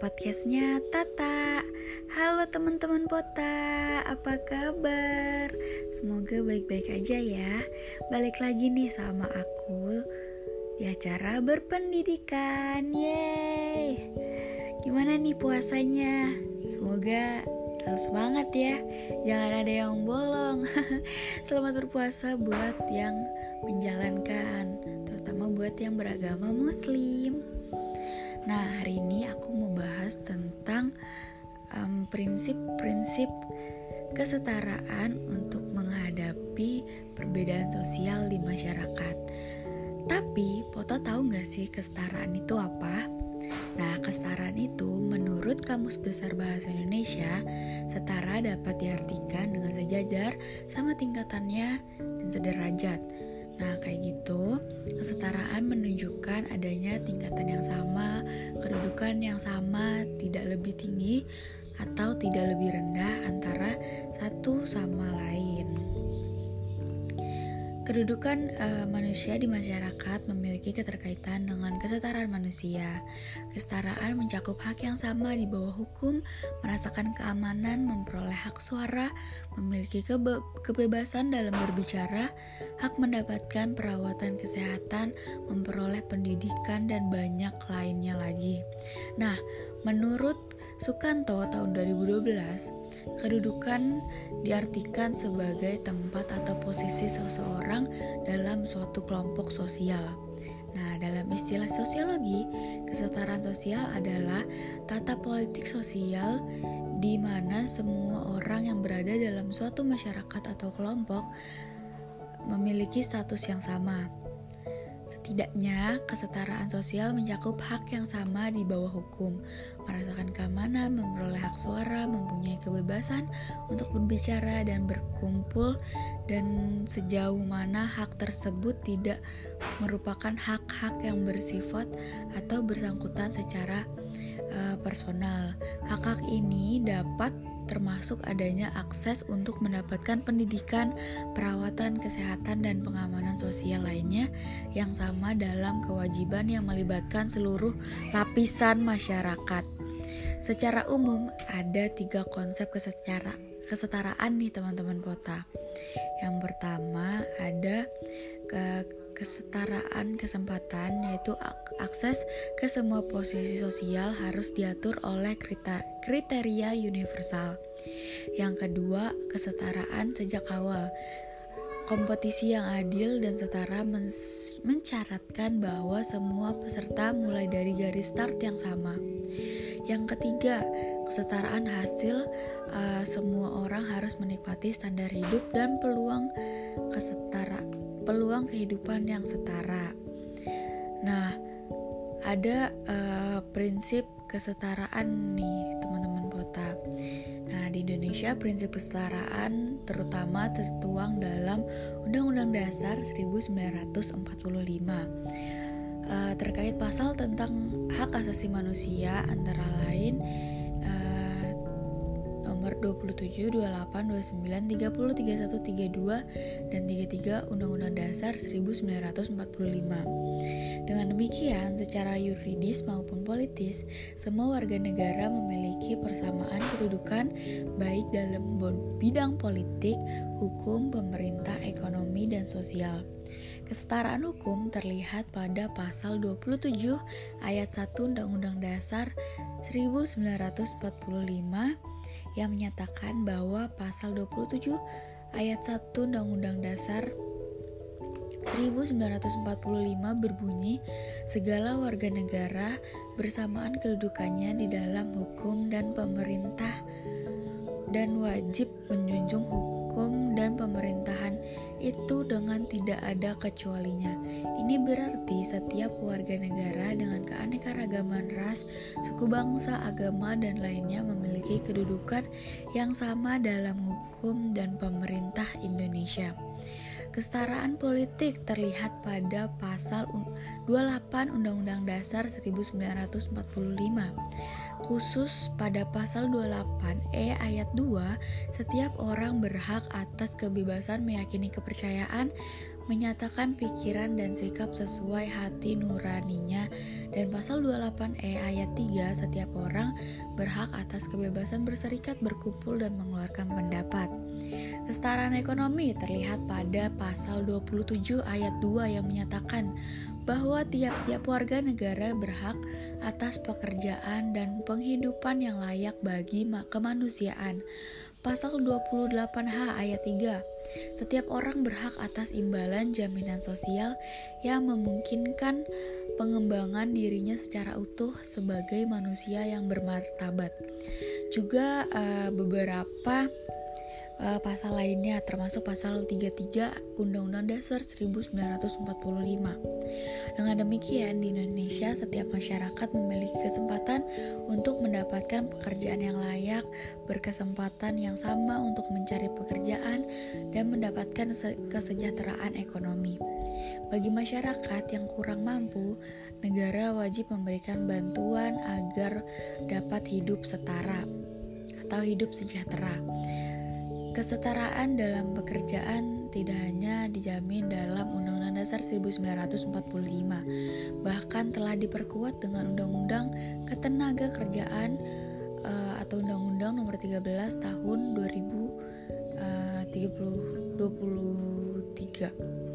podcastnya Tata. Halo teman-teman Pota, apa kabar? Semoga baik-baik aja ya. Balik lagi nih sama aku di acara berpendidikan. Yeay. Gimana nih puasanya? Semoga selalu semangat ya. Jangan ada yang bolong. Selamat berpuasa buat yang menjalankan, terutama buat yang beragama Muslim. Nah, hari ini aku mau bahas tentang prinsip-prinsip kesetaraan untuk menghadapi perbedaan sosial di masyarakat. Tapi, Poto tahu gak sih kesetaraan itu apa? Nah, kesetaraan itu menurut Kamus Besar Bahasa Indonesia, setara dapat diartikan dengan sejajar sama tingkatannya dan sederajat. Nah, kayak gitu, kesetaraan menunjukkan adanya tingkatan yang sama, kedudukan yang sama, tidak lebih tinggi atau tidak lebih rendah antara satu sama lain. Kedudukan manusia di masyarakat memiliki keterkaitan dengan kesetaraan manusia. Kesetaraan mencakup hak yang sama di bawah hukum, merasakan keamanan, memperoleh hak suara, memiliki kebebasan dalam berbicara, hak mendapatkan perawatan kesehatan, memperoleh pendidikan, dan banyak lainnya lagi. Nah, menurut Sukanto tahun 2012, kedudukan diartikan sebagai tempat atau posisi seseorang dalam suatu kelompok sosial. Nah, dalam istilah sosiologi, kesetaraan sosial adalah tata politik sosial di mana semua orang yang berada dalam suatu masyarakat atau kelompok memiliki status yang sama. Setidaknya, kesetaraan sosial mencakup hak yang sama di bawah hukum, merasakan keamanan, memperoleh hak suara, mempunyai kebebasan untuk berbicara dan berkumpul, dan sejauh mana hak tersebut tidak merupakan hak-hak yang bersifat atau bersangkutan secara personal. Hak-hak ini dapat termasuk adanya akses untuk mendapatkan pendidikan, perawatan kesehatan, dan pengamanan sosial lainnya yang sama dalam kewajiban yang melibatkan seluruh lapisan masyarakat. Secara umum, ada 3 konsep kesetaraan nih teman-teman Pota. Yang pertama ada kesetaraan kesempatan, yaitu akses ke semua posisi sosial harus diatur oleh kriteria universal. Yang kedua, kesetaraan sejak awal. Kompetisi yang adil dan setara mencaratkan bahwa semua peserta mulai dari garis start yang sama. Yang ketiga, kesetaraan hasil, semua orang harus menikmati standar hidup dan peluang kehidupan yang setara. Nah, ada prinsip kesetaraan nih teman-teman Pota. Nah, di Indonesia prinsip kesetaraan terutama tertuang dalam Undang-Undang Dasar 1945 terkait pasal tentang hak asasi manusia, antara lain nomor 27, 28, 29, 30, 31, 32, dan 33 Undang-Undang Dasar 1945. Dengan demikian, secara yuridis maupun politis, semua warga negara memiliki persamaan kedudukan baik dalam bidang politik, hukum, pemerintah, ekonomi, dan sosial. Kesetaraan hukum terlihat pada pasal 27 ayat 1 Undang-Undang Dasar 1945 yang menyatakan bahwa pasal 27 ayat 1 Undang-Undang Dasar 1945 berbunyi, segala warga negara bersamaan kedudukannya di dalam hukum dan pemerintah dan wajib menjunjung hukum dan pemerintahan itu dengan tidak ada kecualinya. Ini berarti setiap warga negara dengan keanekaragaman ras, suku bangsa, agama, dan lainnya memiliki kedudukan yang sama dalam hukum dan pemerintah Indonesia. Kesetaraan politik terlihat pada pasal 28 Undang-Undang Dasar 1945. Khusus pada pasal 28E ayat 2, setiap orang berhak atas kebebasan meyakini kepercayaan, menyatakan pikiran dan sikap sesuai hati nuraninya Dan pasal 28E ayat 3, setiap orang berhak atas kebebasan berserikat, berkumpul, dan mengeluarkan pendapat. Kesetaraan ekonomi terlihat pada pasal 27 ayat 2 yang menyatakan bahwa tiap-tiap warga negara berhak atas pekerjaan dan penghidupan yang layak bagi kemanusiaan. Pasal 28H ayat 3, setiap orang berhak atas imbalan jaminan sosial yang memungkinkan pengembangan dirinya secara utuh sebagai manusia yang bermartabat. Juga beberapa pasal lainnya termasuk pasal 33 Undang-Undang Dasar 1945. Dengan demikian, di Indonesia setiap masyarakat memiliki kesempatan untuk mendapatkan pekerjaan yang layak, berkesempatan yang sama untuk mencari pekerjaan, dan mendapatkan kesejahteraan ekonomi. Bagi masyarakat yang kurang mampu, negara wajib memberikan bantuan agar dapat hidup setara atau hidup sejahtera. Kesetaraan dalam pekerjaan tidak hanya dijamin dalam Undang-Undang Dasar 1945, bahkan telah diperkuat dengan Undang-Undang Ketenagakerjaan atau Undang-Undang Nomor 13 Tahun 2023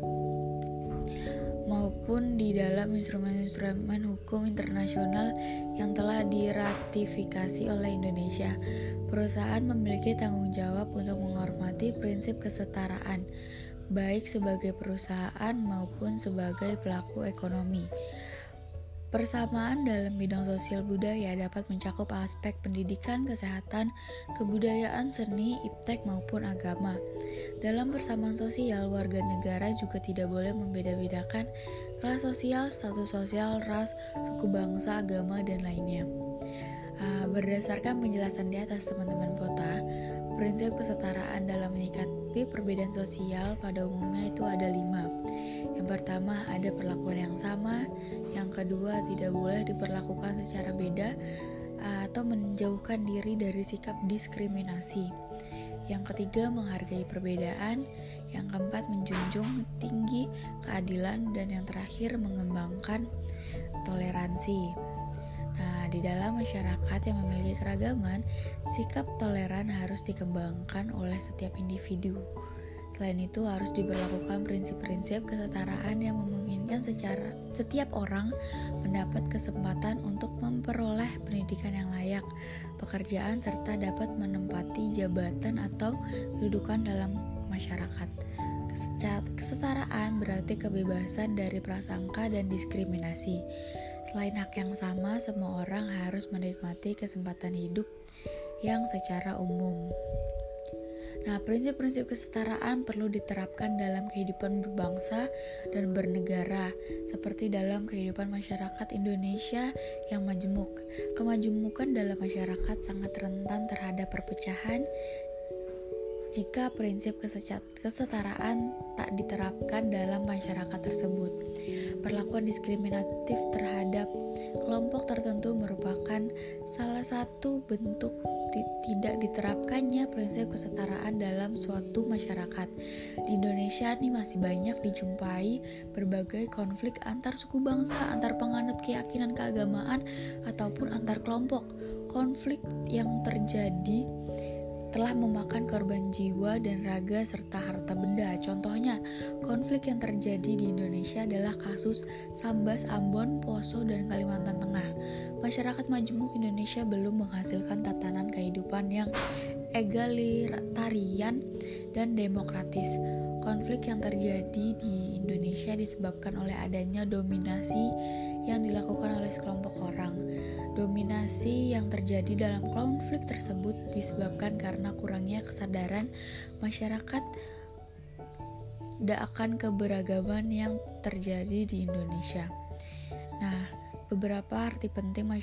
maupun di dalam instrumen-instrumen hukum internasional yang telah diratifikasi oleh Indonesia. Perusahaan memiliki tanggung jawab untuk menghormati prinsip kesetaraan, baik sebagai perusahaan maupun sebagai pelaku ekonomi. Persamaan dalam bidang sosial budaya dapat mencakup aspek pendidikan, kesehatan, kebudayaan, seni, iptek, maupun agama. Dalam persamaan sosial, warga negara juga tidak boleh membeda-bedakan kelas sosial, status sosial, ras, suku bangsa, agama, dan lainnya. Berdasarkan penjelasan di atas teman-teman Pota, prinsip kesetaraan dalam menyikapi perbedaan sosial pada umumnya itu ada 5. Yang pertama, ada perlakuan yang sama. Yang kedua, tidak boleh diperlakukan secara beda atau menjauhkan diri dari sikap diskriminasi. Yang ketiga, menghargai perbedaan. Yang keempat, menjunjung tinggi keadilan. Dan yang terakhir, mengembangkan toleransi. Nah, di dalam masyarakat yang memiliki keragaman, sikap toleran harus dikembangkan oleh setiap individu. Selain itu, harus diberlakukan prinsip-prinsip kesetaraan yang memungkinkan setiap orang mendapat kesempatan untuk memperoleh pendidikan yang layak, pekerjaan, serta dapat menempati jabatan atau kedudukan dalam masyarakat. Kesetaraan berarti kebebasan dari prasangka dan diskriminasi. Selain hak yang sama, semua orang harus menikmati kesempatan hidup yang secara umum. Nah, prinsip-prinsip kesetaraan perlu diterapkan dalam kehidupan berbangsa dan bernegara, seperti dalam kehidupan masyarakat Indonesia yang majemuk. Kemajemukan dalam masyarakat sangat rentan terhadap perpecahan jika prinsip kesetaraan tak diterapkan dalam masyarakat tersebut. Perlakuan diskriminatif terhadap kelompok tertentu merupakan salah satu bentuk tidak diterapkannya prinsip kesetaraan dalam suatu masyarakat. Di Indonesia ini masih banyak dijumpai berbagai konflik antar suku bangsa, antar penganut keyakinan keagamaan, ataupun antar kelompok. Konflik yang terjadi telah memakan korban jiwa dan raga serta harta benda. Contohnya, konflik yang terjadi di Indonesia adalah kasus Sambas, Ambon, Poso, dan Kalimantan Tengah. Masyarakat majemuk Indonesia belum menghasilkan tatanan kehidupan yang egalitarian dan demokratis. Konflik yang terjadi di Indonesia disebabkan oleh adanya dominasi yang dilakukan oleh sekelompok orang. Dominasi yang terjadi dalam konflik tersebut disebabkan karena kurangnya kesadaran masyarakat akan keberagaman yang terjadi di Indonesia. Nah, beberapa arti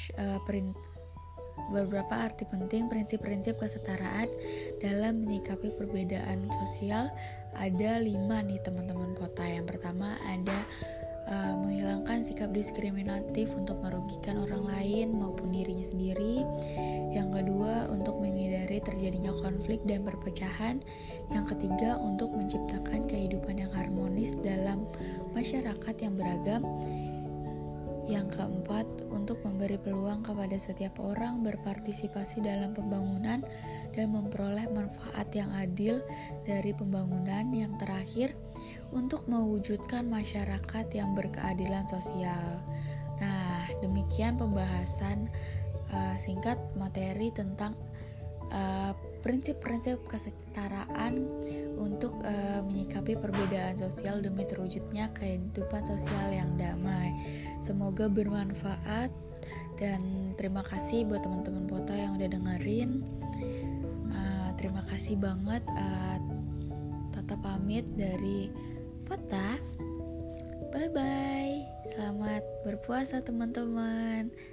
penting prinsip-prinsip kesetaraan dalam menyikapi perbedaan sosial ada 5 nih teman-teman Pota. Yang pertama ada menghilangkan sikap diskriminatif untuk merugikan orang lain maupun dirinya sendiri. Yang kedua, untuk menghindari terjadinya konflik dan perpecahan. Yang ketiga, untuk menciptakan kehidupan yang harmonis dalam masyarakat yang beragam. Yang keempat, untuk memberi peluang kepada setiap orang berpartisipasi dalam pembangunan dan memperoleh manfaat yang adil dari pembangunan. Yang terakhir, untuk mewujudkan masyarakat yang berkeadilan sosial. Nah, demikian pembahasan singkat materi tentang prinsip-prinsip kesetaraan untuk menyikapi perbedaan sosial demi terwujudnya kehidupan sosial yang damai. Semoga bermanfaat dan terima kasih buat teman-teman Pota yang udah dengerin. Terima kasih banget. Tata pamit dari Pota. Bye bye. Selamat berpuasa teman-teman.